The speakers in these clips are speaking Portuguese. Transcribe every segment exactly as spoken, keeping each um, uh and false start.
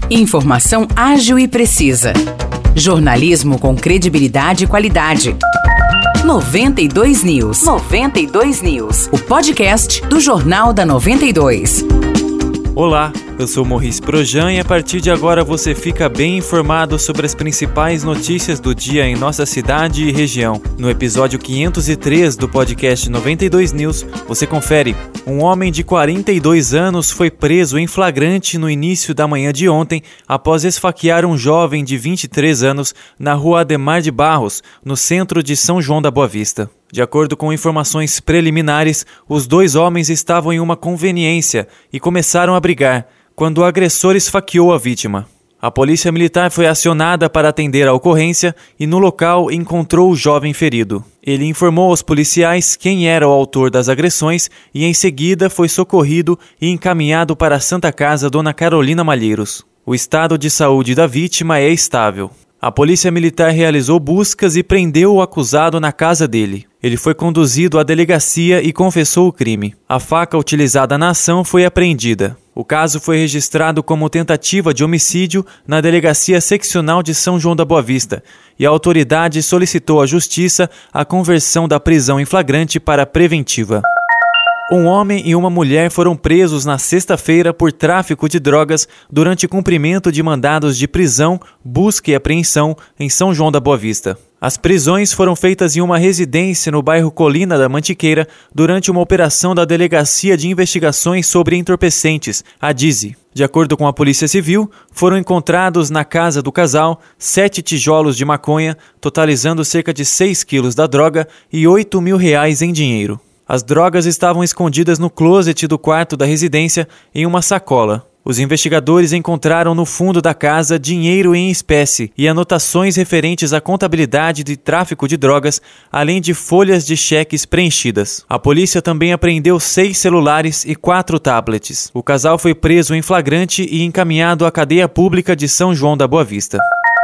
Informação ágil e precisa. Jornalismo com credibilidade e qualidade. noventa e dois News. noventa e dois News. O podcast do Jornal da noventa e dois. Olá, eu sou Maurice Projan e a partir de agora você fica bem informado sobre as principais notícias do dia em nossa cidade e região. No episódio quinhentos e três do podcast noventa e dois News, você confere. Um homem de quarenta e dois anos foi preso em flagrante no início da manhã de ontem após esfaquear um jovem de vinte e três anos na rua Ademar de Barros, no centro de São João da Boa Vista. De acordo com informações preliminares, os dois homens estavam em uma conveniência e começaram a brigar, quando o agressor esfaqueou a vítima. A polícia militar foi acionada para atender a ocorrência e no local encontrou o jovem ferido. Ele informou aos policiais quem era o autor das agressões e em seguida foi socorrido e encaminhado para a Santa Casa Dona Carolina Malheiros. O estado de saúde da vítima é estável. A polícia militar realizou buscas e prendeu o acusado na casa dele. Ele foi conduzido à delegacia e confessou o crime. A faca utilizada na ação foi apreendida. O caso foi registrado como tentativa de homicídio na Delegacia Seccional de São João da Boa Vista e a autoridade solicitou à Justiça a conversão da prisão em flagrante para preventiva. Um homem e uma mulher foram presos na sexta-feira por tráfico de drogas durante cumprimento de mandados de prisão, busca e apreensão em São João da Boa Vista. As prisões foram feitas em uma residência no bairro Colina da Mantiqueira durante uma operação da Delegacia de Investigações sobre Entorpecentes, a D I S E. De acordo com a Polícia Civil, foram encontrados na casa do casal sete tijolos de maconha, totalizando cerca de seis quilos da droga e oito mil reais em dinheiro. As drogas estavam escondidas no closet do quarto da residência em uma sacola. Os investigadores encontraram no fundo da casa dinheiro em espécie e anotações referentes à contabilidade de tráfico de drogas, além de folhas de cheques preenchidas. A polícia também apreendeu seis celulares e quatro tablets. O casal foi preso em flagrante e encaminhado à cadeia pública de São João da Boa Vista.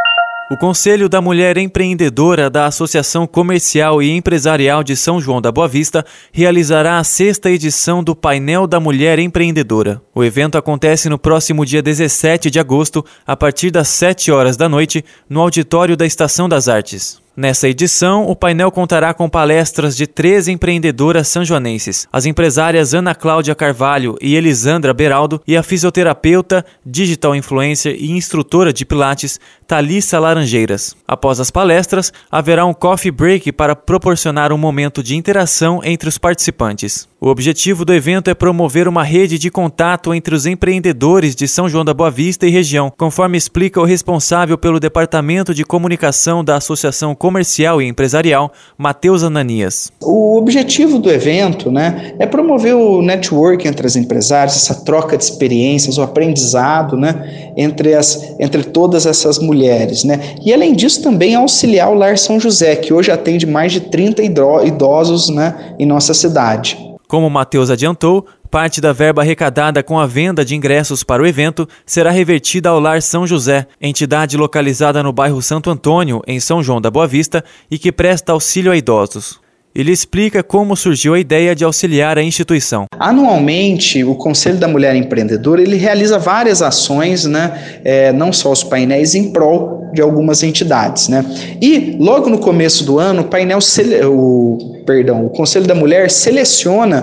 O Conselho da Mulher Empreendedora da Associação Comercial e Empresarial de São João da Boa Vista realizará a sexta edição do Painel da Mulher Empreendedora. O evento acontece no próximo dia dezessete de agosto, a partir das sete horas da noite, no auditório da Estação das Artes. Nessa edição, o painel contará com palestras de três empreendedoras sanjoanenses, as empresárias Ana Cláudia Carvalho e Elisandra Beraldo e a fisioterapeuta, digital influencer e instrutora de pilates, Thalissa Laranjeiras. Após as palestras, haverá um coffee break para proporcionar um momento de interação entre os participantes. O objetivo do evento é promover uma rede de contato entre os empreendedores de São João da Boa Vista e região, conforme explica o responsável pelo Departamento de Comunicação da Associação Comercial e Empresarial, Matheus Ananias. O objetivo do evento, né, é promover o network entre as empresárias, essa troca de experiências, o aprendizado, né, entre, as, entre todas essas mulheres. Né? E além disso também auxiliar o Lar São José, que hoje atende mais de trinta idosos, né, em nossa cidade. Como o Matheus adiantou, parte da verba arrecadada com a venda de ingressos para o evento será revertida ao Lar São José, entidade localizada no bairro Santo Antônio, em São João da Boa Vista, e que presta auxílio a idosos. Ele explica como surgiu a ideia de auxiliar a instituição. Anualmente, o Conselho da Mulher Empreendedora ele realiza várias ações, né, é, não só os painéis, em prol de algumas entidades. Né? E, logo no começo do ano, o, painel, o, perdão, o Conselho da Mulher seleciona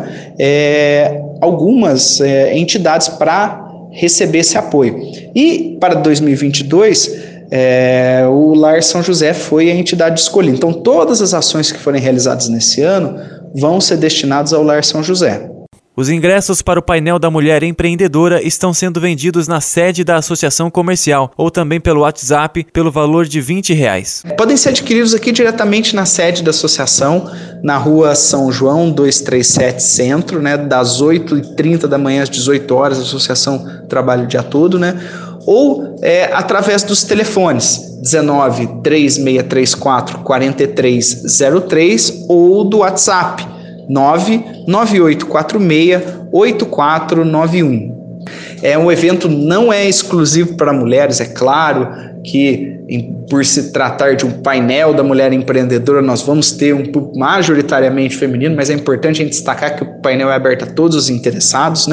é, algumas é, entidades para receber esse apoio. E, para dois mil e vinte e dois... É, o Lar São José foi a entidade escolhida. Então, todas as ações que forem realizadas nesse ano vão ser destinadas ao Lar São José. Os ingressos para o painel da Mulher Empreendedora estão sendo vendidos na sede da Associação Comercial ou também pelo WhatsApp pelo valor de vinte reais. Podem ser adquiridos aqui diretamente na sede da associação, na rua São João duzentos e trinta e sete Centro, né, das oito e trinta da manhã às dezoito horas, a associação trabalha o dia todo, né? Ou é, através dos telefones dezenove, três seis três quatro, quatro três zero três ou do WhatsApp nove nove oito quatro seis, oito quatro nove um. É um evento não é exclusivo para mulheres, é claro que por se tratar de um painel da mulher empreendedora, nós vamos ter um público majoritariamente feminino, mas é importante a gente destacar que o painel é aberto a todos os interessados, né?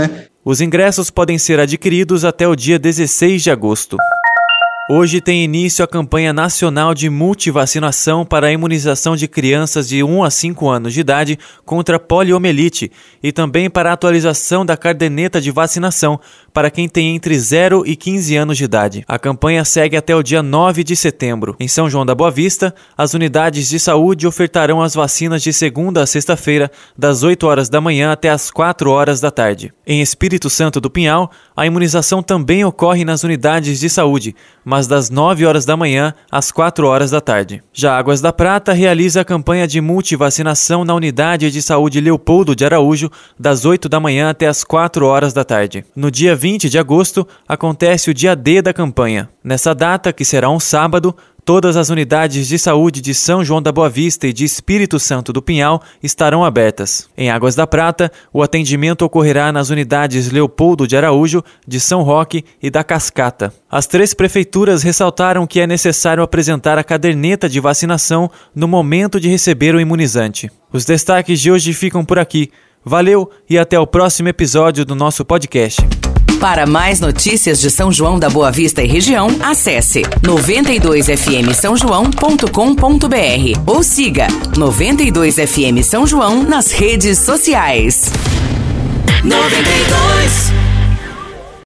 Os ingressos podem ser adquiridos até o dia dezesseis de agosto. Hoje tem início a campanha nacional de multivacinação para a imunização de crianças de um a cinco anos de idade contra poliomielite e também para a atualização da caderneta de vacinação para quem tem entre zero e quinze anos de idade. A campanha segue até o dia nove de setembro. Em São João da Boa Vista, as unidades de saúde ofertarão as vacinas de segunda a sexta-feira, das oito horas da manhã até as quatro horas da tarde. Em Espírito Santo do Pinhal, a imunização também ocorre nas unidades de saúde, mas das nove horas da manhã às quatro horas da tarde. Já Águas da Prata realiza a campanha de multivacinação na unidade de saúde Leopoldo de Araújo, das oito da manhã até as quatro horas da tarde. No dia vinte de agosto, acontece o dia D da campanha. Nessa data, que será um sábado, todas as unidades de saúde de São João da Boa Vista e de Espírito Santo do Pinhal estarão abertas. Em Águas da Prata, o atendimento ocorrerá nas unidades Leopoldo de Araújo, de São Roque e da Cascata. As três prefeituras ressaltaram que é necessário apresentar a caderneta de vacinação no momento de receber o imunizante. Os destaques de hoje ficam por aqui. Valeu e até o próximo episódio do nosso podcast. Para mais notícias de São João da Boa Vista e região, acesse noventa e dois f m são joão ponto com ponto b r ou siga noventa e dois F M São João nas redes sociais. noventa e dois